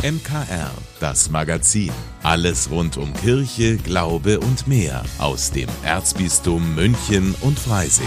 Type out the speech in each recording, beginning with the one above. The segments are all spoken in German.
MKR, das Magazin. Alles rund um Kirche, Glaube und mehr aus dem Erzbistum München und Freising.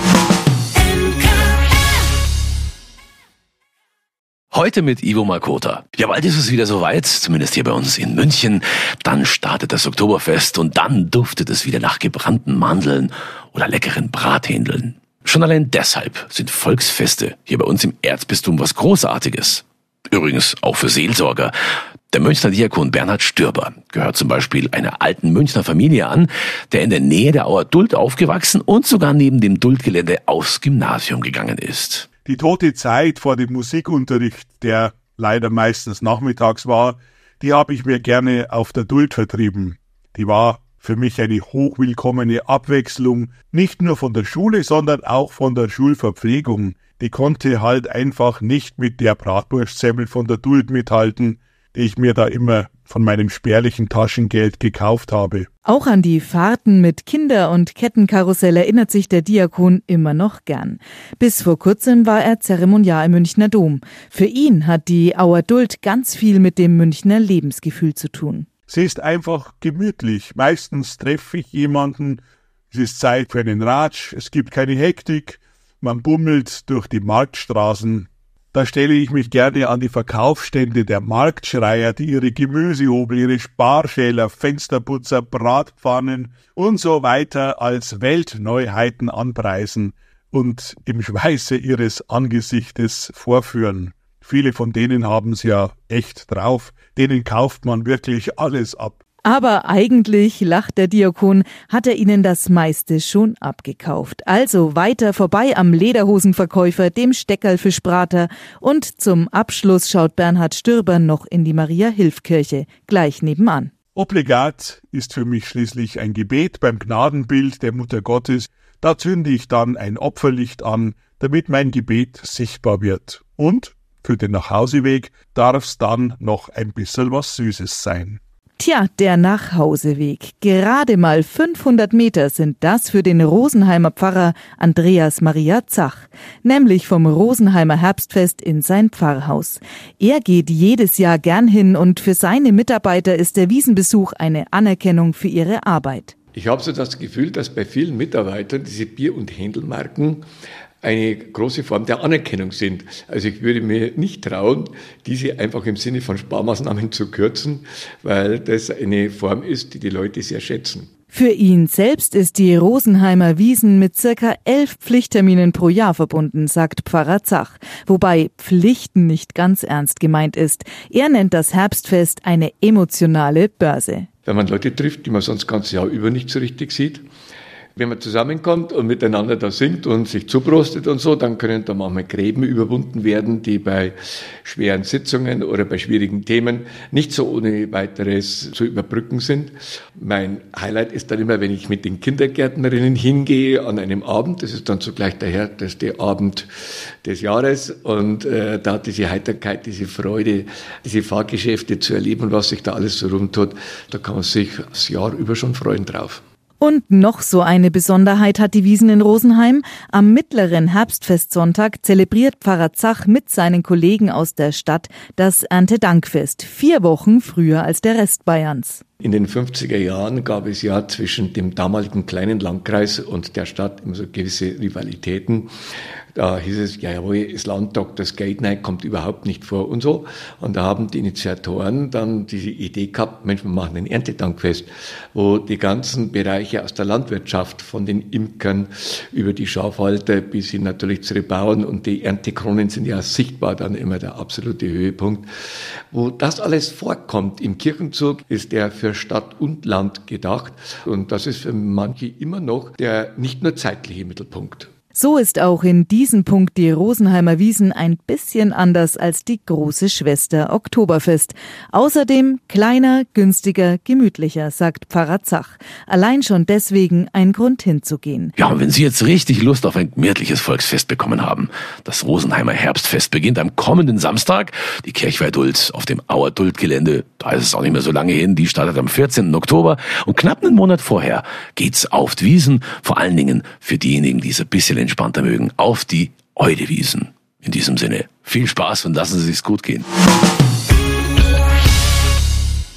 Heute mit Ivo Makota. Ja, bald ist es wieder soweit, zumindest hier bei uns in München. Dann startet das Oktoberfest und dann duftet es wieder nach gebrannten Mandeln oder leckeren Brathändeln. Schon allein deshalb sind Volksfeste hier bei uns im Erzbistum was Großartiges. Übrigens auch für Seelsorger. Der Münchner Diakon Bernhard Stürber gehört zum Beispiel einer alten Münchner Familie an, der in der Nähe der Auer Duld aufgewachsen und sogar neben dem Duldgelände aufs Gymnasium gegangen ist. Die tote Zeit vor dem Musikunterricht, der leider meistens nachmittags war, die habe ich mir gerne auf der Duld vertrieben. Die war für mich eine hochwillkommene Abwechslung, nicht nur von der Schule, sondern auch von der Schulverpflegung. Die konnte halt einfach nicht mit der Bratwurstsemmel von der Duld mithalten, die ich mir da immer von meinem spärlichen Taschengeld gekauft habe. Auch an die Fahrten mit Kinder- und Kettenkarussell erinnert sich der Diakon immer noch gern. Bis vor kurzem war er Zeremoniar im Münchner Dom. Für ihn hat die Auer Duld ganz viel mit dem Münchner Lebensgefühl zu tun. Sie ist einfach gemütlich. Meistens treffe ich jemanden, es ist Zeit für einen Ratsch, es gibt keine Hektik, man bummelt durch die Marktstraßen. Da stelle ich mich gerne an die Verkaufsstände der Marktschreier, die ihre Gemüsehobel, ihre Sparschäler, Fensterputzer, Bratpfannen und so weiter als Weltneuheiten anpreisen und im Schweiße ihres Angesichtes vorführen. Viele von denen haben es ja echt drauf, denen kauft man wirklich alles ab. Aber eigentlich, lacht der Diakon, hat er ihnen das meiste schon abgekauft. Also weiter vorbei am Lederhosenverkäufer, dem Steckerlfischbrater und zum Abschluss schaut Bernhard Stürber noch in die Maria-Hilf-Kirche, gleich nebenan. Obligat ist für mich schließlich ein Gebet beim Gnadenbild der Mutter Gottes. Da zünde ich dann ein Opferlicht an, damit mein Gebet sichtbar wird. Und für den Nachhauseweg darf's dann noch ein bisschen was Süßes sein. Tja, der Nachhauseweg. Gerade mal 500 Meter sind das für den Rosenheimer Pfarrer Andreas Maria Zach, nämlich vom Rosenheimer Herbstfest in sein Pfarrhaus. Er geht jedes Jahr gern hin und für seine Mitarbeiter ist der Wiesenbesuch eine Anerkennung für ihre Arbeit. Ich habe so das Gefühl, dass bei vielen Mitarbeitern diese Bier- und Händelmarken eine große Form der Anerkennung sind. Also ich würde mir nicht trauen, diese einfach im Sinne von Sparmaßnahmen zu kürzen, weil das eine Form ist, die die Leute sehr schätzen. Für ihn selbst ist die Rosenheimer Wiesn mit ca. 11 Pflichtterminen pro Jahr verbunden, sagt Pfarrer Zach. Wobei Pflichten nicht ganz ernst gemeint ist. Er nennt das Herbstfest eine emotionale Börse. Wenn man Leute trifft, die man sonst das ganze Jahr über nicht so richtig sieht, wenn man zusammenkommt und miteinander da singt und sich zuprostet und so, dann können da manchmal Gräben überwunden werden, die bei schweren Sitzungen oder bei schwierigen Themen nicht so ohne weiteres zu überbrücken sind. Mein Highlight ist dann immer, wenn ich mit den Kindergärtnerinnen hingehe an einem Abend. Das ist dann zugleich der härteste Abend des Jahres und da diese Heiterkeit, diese Freude, diese Fahrgeschäfte zu erleben, was sich da alles so rumtut, da kann man sich das Jahr über schon freuen drauf. Und noch so eine Besonderheit hat die Wiesn in Rosenheim. Am mittleren Herbstfestsonntag zelebriert Pfarrer Zach mit seinen Kollegen aus der Stadt das Erntedankfest, 4 Wochen früher als der Rest Bayerns. In den 50er Jahren gab es ja zwischen dem damaligen kleinen Landkreis und der Stadt immer so gewisse Rivalitäten. Da hieß es, ja jawohl, das Landtag, das Geld nein, kommt überhaupt nicht vor und so. Und da haben die Initiatoren dann diese Idee gehabt, Mensch, wir machen ein Erntedankfest, wo die ganzen Bereiche aus der Landwirtschaft, von den Imkern über die Schafhalter bis hin natürlich zu den Bauern und die Erntekronen sind ja sichtbar dann immer der absolute Höhepunkt. Wo das alles vorkommt im Kirchenzug, ist der für Stadt und Land gedacht. Und das ist für manche immer noch der nicht nur zeitliche Mittelpunkt. So ist auch in diesem Punkt die Rosenheimer Wiesn ein bisschen anders als die große Schwester Oktoberfest. Außerdem kleiner, günstiger, gemütlicher, sagt Pfarrer Zach. Allein schon deswegen ein Grund hinzugehen. Ja, und wenn Sie jetzt richtig Lust auf ein gemütliches Volksfest bekommen haben, das Rosenheimer Herbstfest beginnt am kommenden Samstag. Die Kirchweih Duld auf dem Auer Duld-Gelände, da ist es auch nicht mehr so lange hin, die startet am 14. Oktober. Und knapp einen Monat vorher geht's auf die Wiesn, vor allen Dingen für diejenigen, die es ein bisschen entspannter mögen, auf die Eudewiesen. In diesem Sinne, viel Spaß und lassen Sie es gut gehen.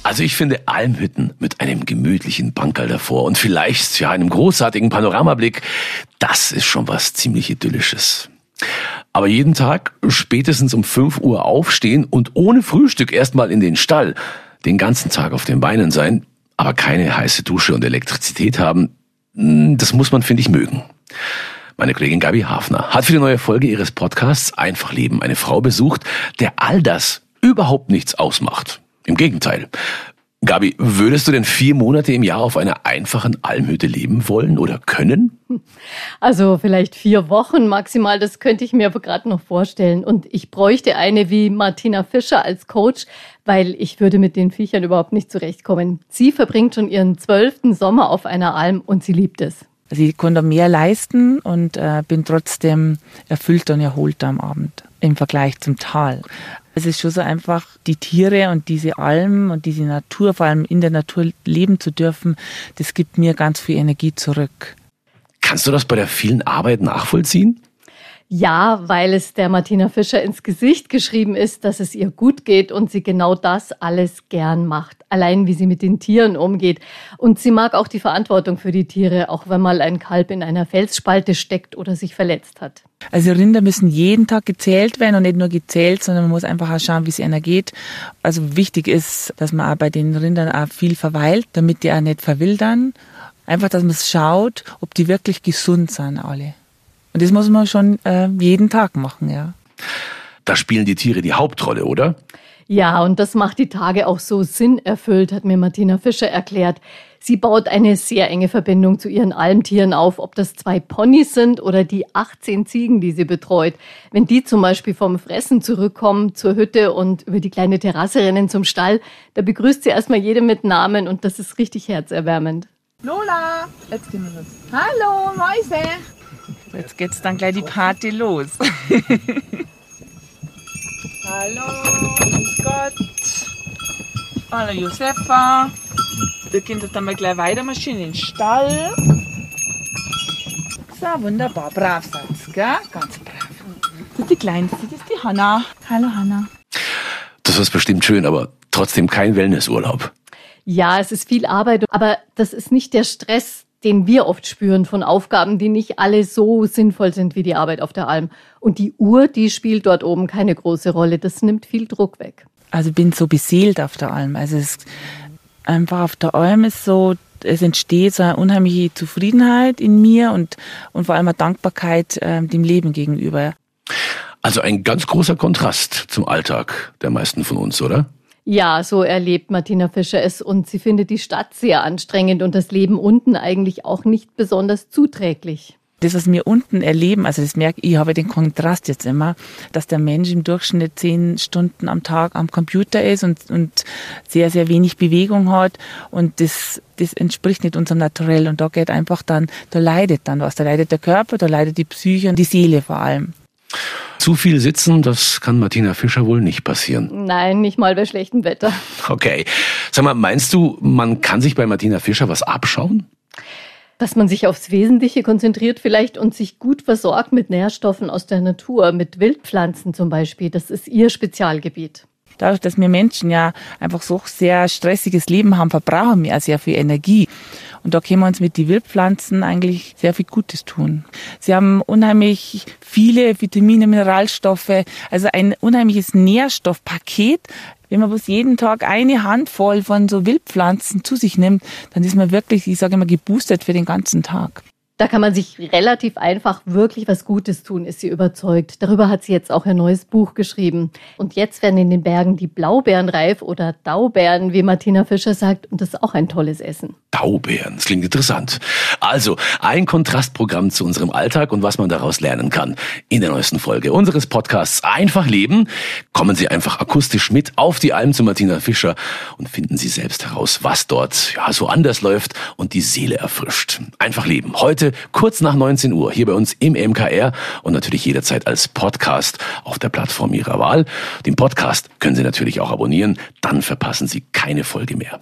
Also ich finde Almhütten mit einem gemütlichen Bankerl davor und vielleicht einem großartigen Panoramablick, das ist schon was ziemlich Idyllisches. Aber jeden Tag spätestens um 5 Uhr aufstehen und ohne Frühstück erstmal in den Stall, den ganzen Tag auf den Beinen sein, aber keine heiße Dusche und Elektrizität haben, das muss man, finde ich, mögen. Meine Kollegin Gabi Hafner hat für die neue Folge ihres Podcasts Einfach Leben eine Frau besucht, der all das überhaupt nichts ausmacht. Im Gegenteil. Gabi, würdest du denn 4 Monate im Jahr auf einer einfachen Almhütte leben wollen oder können? Also vielleicht 4 Wochen maximal, das könnte ich mir aber gerade noch vorstellen. Und ich bräuchte eine wie Martina Fischer als Coach, weil ich würde mit den Viechern überhaupt nicht zurechtkommen. Sie verbringt schon ihren 12. Sommer auf einer Alm und sie liebt es. Also ich konnte mehr leisten und bin trotzdem erfüllt und erholt am Abend im Vergleich zum Tal. Es ist schon so einfach, die Tiere und diese Alm und diese Natur, vor allem in der Natur leben zu dürfen, das gibt mir ganz viel Energie zurück. Kannst du das bei der vielen Arbeit nachvollziehen? Ja, weil es der Martina Fischer ins Gesicht geschrieben ist, dass es ihr gut geht und sie genau das alles gern macht. Allein wie sie mit den Tieren umgeht. Und sie mag auch die Verantwortung für die Tiere, auch wenn mal ein Kalb in einer Felsspalte steckt oder sich verletzt hat. Also Rinder müssen jeden Tag gezählt werden und nicht nur gezählt, sondern man muss einfach auch schauen, wie es ihnen geht. Also wichtig ist, dass man auch bei den Rindern auch viel verweilt, damit die auch nicht verwildern. Einfach, dass man schaut, ob die wirklich gesund sind alle. Und das muss man schon jeden Tag machen, ja. Da spielen die Tiere die Hauptrolle, oder? Ja, und das macht die Tage auch so sinnerfüllt, hat mir Martina Fischer erklärt. Sie baut eine sehr enge Verbindung zu ihren Almtieren auf, ob das 2 Ponys sind oder die 18 Ziegen, die sie betreut. Wenn die zum Beispiel vom Fressen zurückkommen zur Hütte und über die kleine Terrasse rennen zum Stall, da begrüßt sie erstmal jede mit Namen und das ist richtig herzerwärmend. Lola, jetzt gehen wir los. Hallo, Mäuse. Jetzt geht's dann gleich die Party los. Hallo, grüß Gott. Hallo Josefa. Wir gehen jetzt dann mal gleich weiter, Maschine in den Stall. So, wunderbar, brav seid, gell? Ganz brav. Das ist die Kleinste, das ist die Hanna. Hallo Hanna. Das ist bestimmt schön, aber trotzdem kein Wellnessurlaub. Ja, es ist viel Arbeit, aber das ist nicht der Stress, den wir oft spüren von Aufgaben, die nicht alle so sinnvoll sind wie die Arbeit auf der Alm. Und die Uhr, die spielt dort oben keine große Rolle. Das nimmt viel Druck weg. Also ich bin so beseelt auf der Alm. Also es einfach auf der Alm ist so, es entsteht so eine unheimliche Zufriedenheit in mir und vor allem eine Dankbarkeit dem Leben gegenüber. Also ein ganz großer Kontrast zum Alltag der meisten von uns, oder? Ja, so erlebt Martina Fischer es und sie findet die Stadt sehr anstrengend und das Leben unten eigentlich auch nicht besonders zuträglich. Das, was wir unten erleben, also das merke ich, habe den Kontrast jetzt immer, dass der Mensch im Durchschnitt 10 Stunden am Tag am Computer ist und sehr, sehr wenig Bewegung hat und das entspricht nicht unserem Naturell und da geht einfach dann, da leidet dann was, da leidet der Körper, da leidet die Psyche und die Seele vor allem. Zu viel sitzen, das kann Martina Fischer wohl nicht passieren. Nein, nicht mal bei schlechtem Wetter. Okay. Sag mal, meinst du, man kann sich bei Martina Fischer was abschauen? Dass man sich aufs Wesentliche konzentriert vielleicht und sich gut versorgt mit Nährstoffen aus der Natur, mit Wildpflanzen zum Beispiel. Das ist ihr Spezialgebiet. Dadurch, dass wir Menschen ja einfach so sehr stressiges Leben haben, verbrauchen wir sehr viel Energie. Und da können wir uns mit den Wildpflanzen eigentlich sehr viel Gutes tun. Sie haben unheimlich viele Vitamine, Mineralstoffe, also ein unheimliches Nährstoffpaket. Wenn man bloß jeden Tag eine Handvoll von so Wildpflanzen zu sich nimmt, dann ist man wirklich, ich sage immer, geboostet für den ganzen Tag. Da kann man sich relativ einfach wirklich was Gutes tun, ist sie überzeugt. Darüber hat sie jetzt auch ihr neues Buch geschrieben. Und jetzt werden in den Bergen die Blaubeeren reif oder Daubeeren, wie Martina Fischer sagt. Und das ist auch ein tolles Essen. Daubeeren, das klingt interessant. Also, ein Kontrastprogramm zu unserem Alltag und was man daraus lernen kann. In der neuesten Folge unseres Podcasts Einfach Leben kommen Sie einfach akustisch mit auf die Alm zu Martina Fischer und finden Sie selbst heraus, was dort so anders läuft und die Seele erfrischt. Einfach Leben. Heute kurz nach 19 Uhr hier bei uns im MKR und natürlich jederzeit als Podcast auf der Plattform Ihrer Wahl. Den Podcast können Sie natürlich auch abonnieren, dann verpassen Sie keine Folge mehr.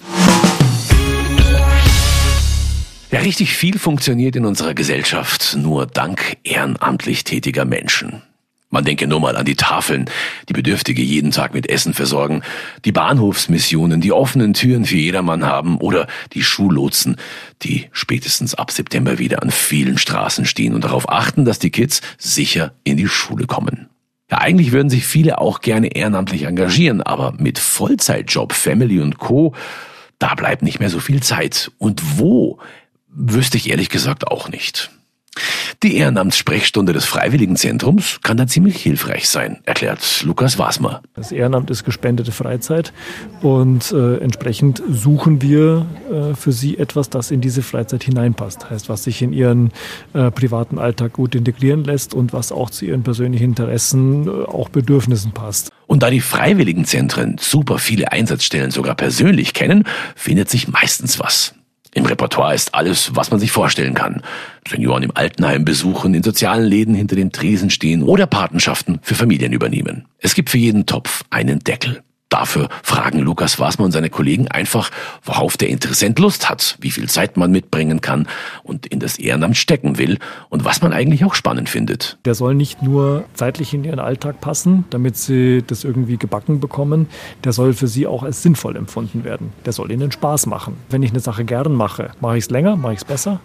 Ja, richtig viel funktioniert in unserer Gesellschaft nur dank ehrenamtlich tätiger Menschen. Man denke nur mal an die Tafeln, die Bedürftige jeden Tag mit Essen versorgen, die Bahnhofsmissionen, die offenen Türen für jedermann haben oder die Schullotsen, die spätestens ab September wieder an vielen Straßen stehen und darauf achten, dass die Kids sicher in die Schule kommen. Ja, eigentlich würden sich viele auch gerne ehrenamtlich engagieren, aber mit Vollzeitjob, Family und Co., da bleibt nicht mehr so viel Zeit. Und wo, wüsste ich ehrlich gesagt auch nicht. Die Ehrenamtssprechstunde des Freiwilligenzentrums kann da ziemlich hilfreich sein, erklärt Lukas Wasmer. Das Ehrenamt ist gespendete Freizeit und entsprechend suchen wir für Sie etwas, das in diese Freizeit hineinpasst. Heißt, was sich in Ihren privaten Alltag gut integrieren lässt und was auch zu Ihren persönlichen Interessen, auch Bedürfnissen passt. Und da die Freiwilligenzentren super viele Einsatzstellen sogar persönlich kennen, findet sich meistens was. Im Repertoire ist alles, was man sich vorstellen kann. Senioren im Altenheim besuchen, in sozialen Läden hinter den Tresen stehen oder Patenschaften für Familien übernehmen. Es gibt für jeden Topf einen Deckel. Dafür fragen Lukas Wasmer und seine Kollegen einfach, worauf der Interessent Lust hat, wie viel Zeit man mitbringen kann und in das Ehrenamt stecken will und was man eigentlich auch spannend findet. Der soll nicht nur zeitlich in ihren Alltag passen, damit sie das irgendwie gebacken bekommen, der soll für sie auch als sinnvoll empfunden werden. Der soll ihnen Spaß machen. Wenn ich eine Sache gern mache, mache ich es länger, mache ich es besser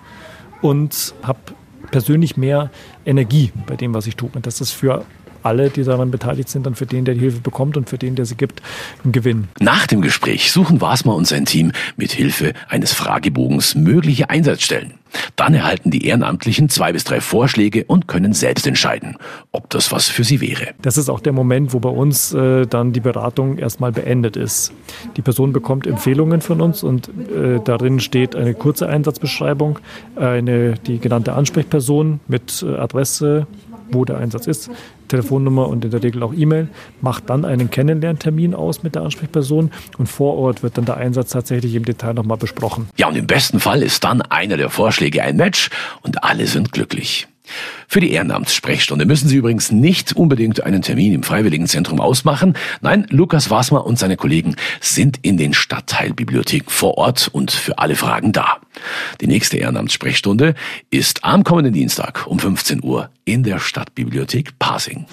und habe persönlich mehr Energie bei dem, was ich tue. Und das ist für alle, die daran beteiligt sind, dann für den, der die Hilfe bekommt und für den, der sie gibt, ein Gewinn. Nach dem Gespräch suchen Wasmer und sein Team mit Hilfe eines Fragebogens mögliche Einsatzstellen. Dann erhalten die Ehrenamtlichen 2 bis 3 Vorschläge und können selbst entscheiden, ob das was für sie wäre. Das ist auch der Moment, wo bei uns dann die Beratung erstmal beendet ist. Die Person bekommt Empfehlungen von uns und darin steht eine kurze Einsatzbeschreibung, die genannte Ansprechperson mit Adresse, wo der Einsatz ist, Telefonnummer und in der Regel auch E-Mail, macht dann einen Kennenlerntermin aus mit der Ansprechperson und vor Ort wird dann der Einsatz tatsächlich im Detail nochmal besprochen. Ja, und im besten Fall ist dann einer der Vorschläge ein Match und alle sind glücklich. Für die Ehrenamtssprechstunde müssen Sie übrigens nicht unbedingt einen Termin im Freiwilligenzentrum ausmachen. Nein, Lukas Wasmer und seine Kollegen sind in den Stadtteilbibliotheken vor Ort und für alle Fragen da. Die nächste Ehrenamtssprechstunde ist am kommenden Dienstag um 15 Uhr in der Stadtbibliothek Pasing.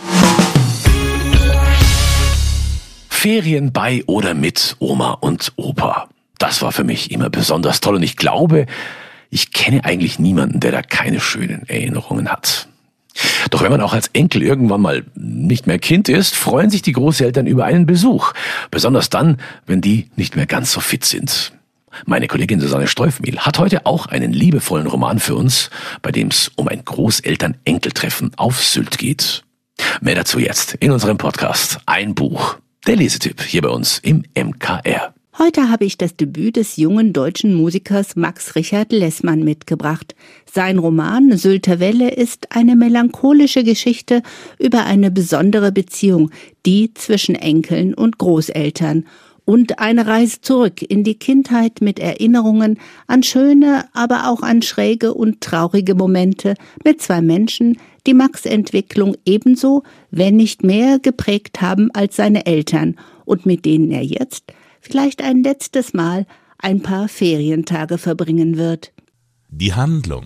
Ferien bei oder mit Oma und Opa. Das war für mich immer besonders toll und ich glaube, ich kenne eigentlich niemanden, der da keine schönen Erinnerungen hat. Doch wenn man auch als Enkel irgendwann mal nicht mehr Kind ist, freuen sich die Großeltern über einen Besuch. Besonders dann, wenn die nicht mehr ganz so fit sind. Meine Kollegin Susanne Streufmehl hat heute auch einen liebevollen Roman für uns, bei dem es um ein Großeltern-Enkeltreffen auf Sylt geht. Mehr dazu jetzt in unserem Podcast Ein Buch. Der Lesetipp hier bei uns im MKR. Heute habe ich das Debüt des jungen deutschen Musikers Max Richard Lessmann mitgebracht. Sein Roman Sylter Welle ist eine melancholische Geschichte über eine besondere Beziehung, die zwischen Enkeln und Großeltern. Und eine Reise zurück in die Kindheit mit Erinnerungen an schöne, aber auch an schräge und traurige Momente mit 2 Menschen, die Max' Entwicklung ebenso, wenn nicht mehr, geprägt haben als seine Eltern und mit denen er jetzt vielleicht ein letztes Mal ein paar Ferientage verbringen wird. Die Handlung.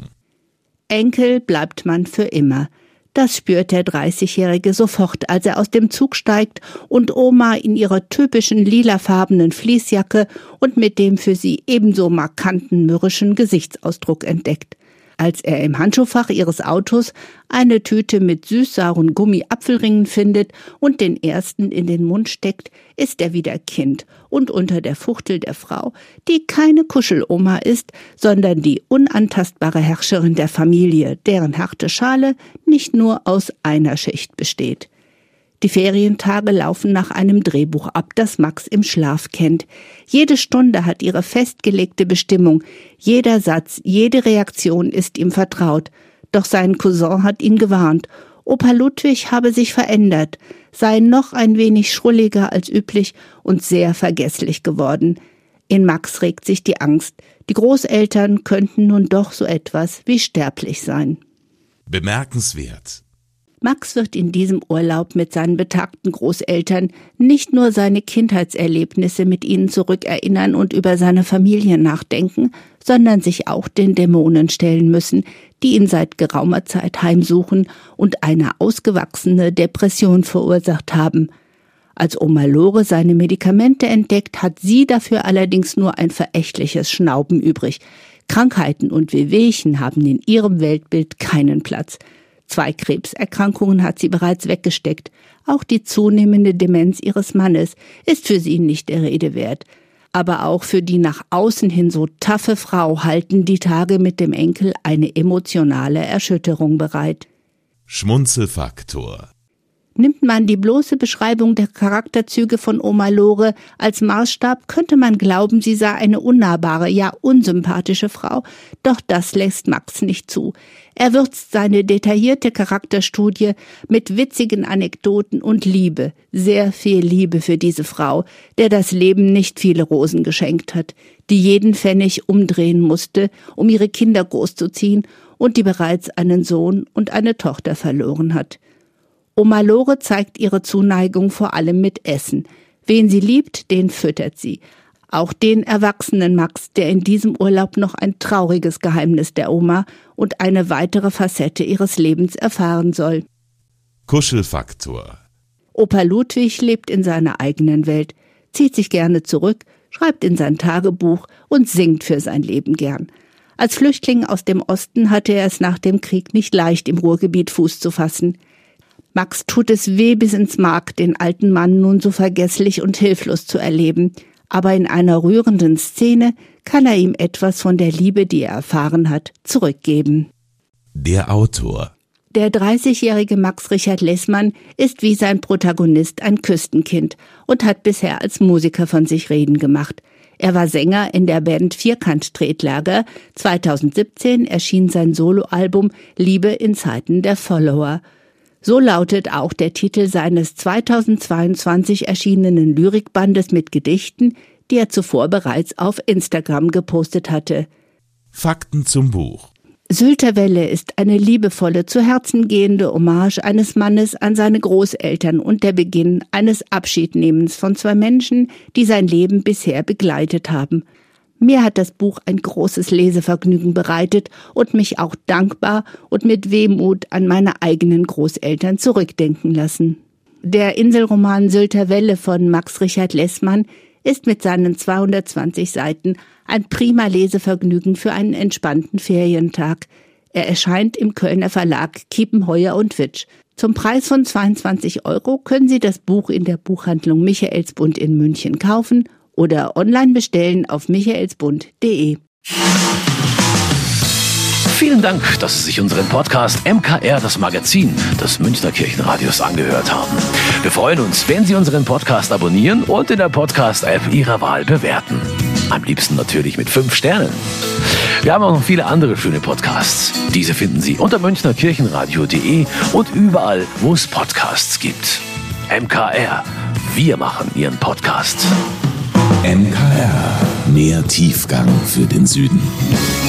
Enkel bleibt man für immer. Das spürt der 30-Jährige sofort, als er aus dem Zug steigt und Oma in ihrer typischen lilafarbenen Fließjacke und mit dem für sie ebenso markanten mürrischen Gesichtsausdruck entdeckt. Als er im Handschuhfach ihres Autos eine Tüte mit süß-sauren Gummi-Apfelringen findet und den ersten in den Mund steckt, ist er wieder Kind und unter der Fuchtel der Frau, die keine Kuscheloma ist, sondern die unantastbare Herrscherin der Familie, deren harte Schale nicht nur aus einer Schicht besteht. Die Ferientage laufen nach einem Drehbuch ab, das Max im Schlaf kennt. Jede Stunde hat ihre festgelegte Bestimmung. Jeder Satz, jede Reaktion ist ihm vertraut. Doch sein Cousin hat ihn gewarnt. Opa Ludwig habe sich verändert, sei noch ein wenig schrulliger als üblich und sehr vergesslich geworden. In Max regt sich die Angst. Die Großeltern könnten nun doch so etwas wie sterblich sein. Bemerkenswert. Max wird in diesem Urlaub mit seinen betagten Großeltern nicht nur seine Kindheitserlebnisse mit ihnen zurückerinnern und über seine Familie nachdenken, sondern sich auch den Dämonen stellen müssen, die ihn seit geraumer Zeit heimsuchen und eine ausgewachsene Depression verursacht haben. Als Oma Lore seine Medikamente entdeckt, hat sie dafür allerdings nur ein verächtliches Schnauben übrig. Krankheiten und Wehwehchen haben in ihrem Weltbild keinen Platz. 2 Krebserkrankungen hat sie bereits weggesteckt. Auch die zunehmende Demenz ihres Mannes ist für sie nicht der Rede wert. Aber auch für die nach außen hin so taffe Frau halten die Tage mit dem Enkel eine emotionale Erschütterung bereit. Schmunzelfaktor. Nimmt man die bloße Beschreibung der Charakterzüge von Oma Lore als Maßstab, könnte man glauben, sie sei eine unnahbare, ja unsympathische Frau. Doch das lässt Max nicht zu. Er würzt seine detaillierte Charakterstudie mit witzigen Anekdoten und Liebe, sehr viel Liebe für diese Frau, der das Leben nicht viele Rosen geschenkt hat, die jeden Pfennig umdrehen musste, um ihre Kinder großzuziehen und die bereits einen Sohn und eine Tochter verloren hat. Oma Lore zeigt ihre Zuneigung vor allem mit Essen. Wen sie liebt, den füttert sie. Auch den erwachsenen Max, der in diesem Urlaub noch ein trauriges Geheimnis der Oma und eine weitere Facette ihres Lebens erfahren soll. Kuschelfaktor. Opa Ludwig lebt in seiner eigenen Welt, zieht sich gerne zurück, schreibt in sein Tagebuch und singt für sein Leben gern. Als Flüchtling aus dem Osten hatte er es nach dem Krieg nicht leicht, im Ruhrgebiet Fuß zu fassen. Max tut es weh bis ins Mark, den alten Mann nun so vergesslich und hilflos zu erleben. Aber in einer rührenden Szene kann er ihm etwas von der Liebe, die er erfahren hat, zurückgeben. Der Autor. Der 30-jährige Max Richard Lessmann ist wie sein Protagonist ein Küstenkind und hat bisher als Musiker von sich reden gemacht. Er war Sänger in der Band Vierkant-Tretlager. 2017 erschien sein Soloalbum Liebe in Zeiten der Follower. So lautet auch der Titel seines 2022 erschienenen Lyrikbandes mit Gedichten, die er zuvor bereits auf Instagram gepostet hatte. Fakten zum Buch. Sylter Welle ist eine liebevolle, zu Herzen gehende Hommage eines Mannes an seine Großeltern und der Beginn eines Abschiednehmens von 2 Menschen, die sein Leben bisher begleitet haben. Mir hat das Buch ein großes Lesevergnügen bereitet und mich auch dankbar und mit Wehmut an meine eigenen Großeltern zurückdenken lassen. Der Inselroman Sylter Welle von Max Richard Lessmann ist mit seinen 220 Seiten ein prima Lesevergnügen für einen entspannten Ferientag. Er erscheint im Kölner Verlag Kiepenheuer & Witsch. Zum Preis von 22 € können Sie das Buch in der Buchhandlung Michaelsbund in München kaufen oder online bestellen auf michaelsbund.de. Vielen Dank, dass Sie sich unseren Podcast MKR, das Magazin des Münchner Kirchenradios, angehört haben. Wir freuen uns, wenn Sie unseren Podcast abonnieren und in der Podcast-App Ihrer Wahl bewerten. Am liebsten natürlich mit 5 Sternen. Wir haben auch noch viele andere schöne Podcasts. Diese finden Sie unter münchnerkirchenradio.de und überall, wo es Podcasts gibt. MKR, wir machen Ihren Podcast. MKR. Mehr Tiefgang für den Süden.